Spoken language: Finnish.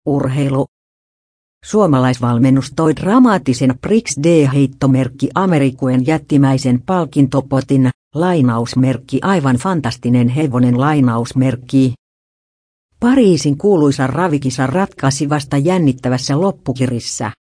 Urheilu. Suomalaisvalmennus toi dramaattisen Prix D-heittomerkki Amerikuen jättimäisen palkintopotin, lainausmerkki aivan fantastinen hevonen lainausmerkki. Pariisin kuuluisa ravikisa ratkaisi vasta jännittävässä loppukirissä.